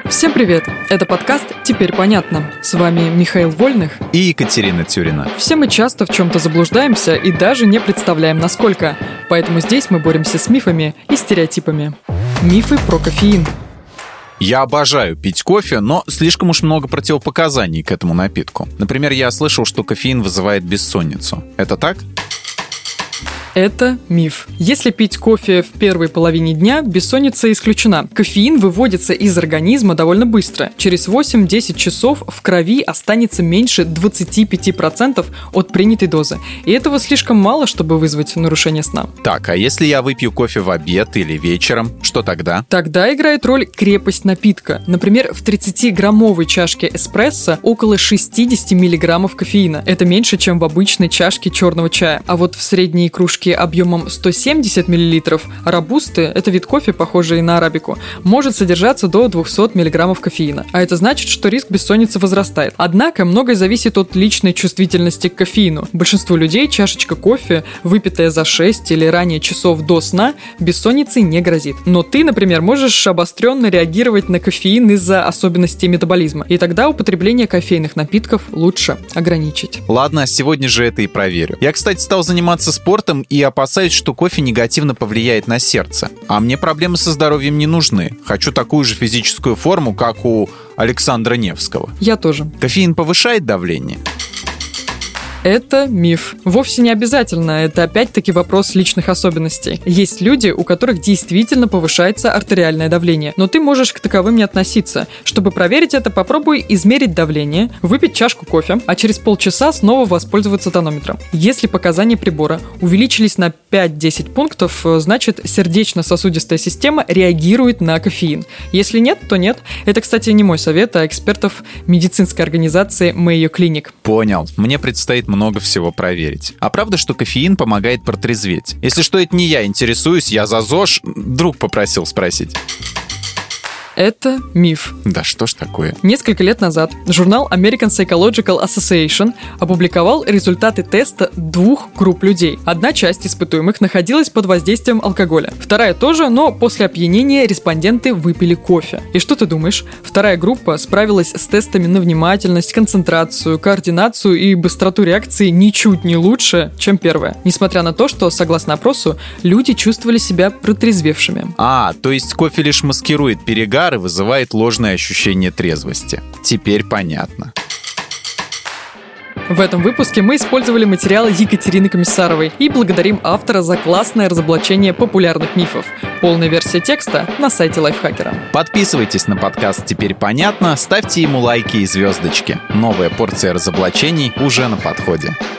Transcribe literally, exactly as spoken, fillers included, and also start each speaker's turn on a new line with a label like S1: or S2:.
S1: Всем привет! Это подкаст «Теперь понятно». С вами Михаил Вольных
S2: и Екатерина Тюрина.
S1: Все мы часто в чем-то заблуждаемся и даже не представляем, насколько. Поэтому здесь мы боремся с мифами и стереотипами. Мифы про кофеин.
S2: Я обожаю пить кофе, но слишком уж много противопоказаний к этому напитку. Например, я слышал, что кофеин вызывает бессонницу. Это так?
S1: Это миф. Если пить кофе в первой половине дня, бессонница исключена. Кофеин выводится из организма довольно быстро. Через восемь-десять часов в крови останется меньше двадцать пять процентов от принятой дозы. И этого слишком мало, чтобы вызвать нарушение сна.
S2: Так, а если я выпью кофе в обед или вечером, что тогда?
S1: Тогда играет роль крепость напитка. Например, в тридцатиграммовой чашке эспрессо около шестьдесят миллиграммов кофеина. Это меньше, чем в обычной чашке черного чая. А вот в средней кружке объемом сто семьдесят миллилитров робусты, это вид кофе, похожий на арабику, может содержаться до двести миллиграммов кофеина. А это значит, что риск бессонницы возрастает. Однако многое зависит от личной чувствительности к кофеину. Большинству людей чашечка кофе, выпитая за шесть или ранее часов до сна, бессонницей не грозит. Но ты, например, можешь обостренно реагировать на кофеин из-за особенностей метаболизма. И тогда употребление кофейных напитков лучше ограничить.
S2: Ладно, сегодня же это и проверю. Я, кстати, стал заниматься спортом и опасаюсь, что кофе негативно повлияет на сердце. А мне проблемы со здоровьем не нужны. Хочу такую же физическую форму, как у Александра Невского.
S1: Я тоже.
S2: Кофеин повышает давление?
S1: Это миф. Вовсе не обязательно, это опять-таки вопрос личных особенностей. Есть люди, у которых действительно повышается артериальное давление, но ты можешь к таковым не относиться. Чтобы проверить это, попробуй измерить давление, выпить чашку кофе, а через полчаса снова воспользоваться тонометром. Если показания прибора увеличились на пять-десять пунктов, значит, сердечно-сосудистая система реагирует на кофеин. Если нет, то нет. Это, кстати, не мой совет, а экспертов медицинской организации Mayo Clinic.
S2: Понял. Мне предстоит много всего проверить. А правда, что кофеин помогает протрезветь? Если что, это не я интересуюсь, я за ЗОЖ. Друг попросил спросить.
S1: Это миф.
S2: Да что ж такое?
S1: Несколько лет назад журнал American Psychological Association опубликовал результаты теста двух групп людей. Одна часть испытуемых находилась под воздействием алкоголя. Вторая тоже, но после опьянения респонденты выпили кофе. И что ты думаешь? Вторая группа справилась с тестами на внимательность, концентрацию, координацию и быстроту реакции ничуть не лучше, чем первая. Несмотря на то, что, согласно опросу, люди чувствовали себя протрезвевшими.
S2: А, то есть кофе лишь маскирует перегар и вызывает ложное ощущение трезвости. Теперь понятно.
S1: В этом выпуске мы использовали материалы Екатерины Комиссаровой и благодарим автора за классное разоблачение популярных мифов. Полная версия текста на сайте Лайфхакера.
S2: Подписывайтесь на подкаст «Теперь понятно», ставьте ему лайки и звездочки. Новая порция разоблачений уже на подходе.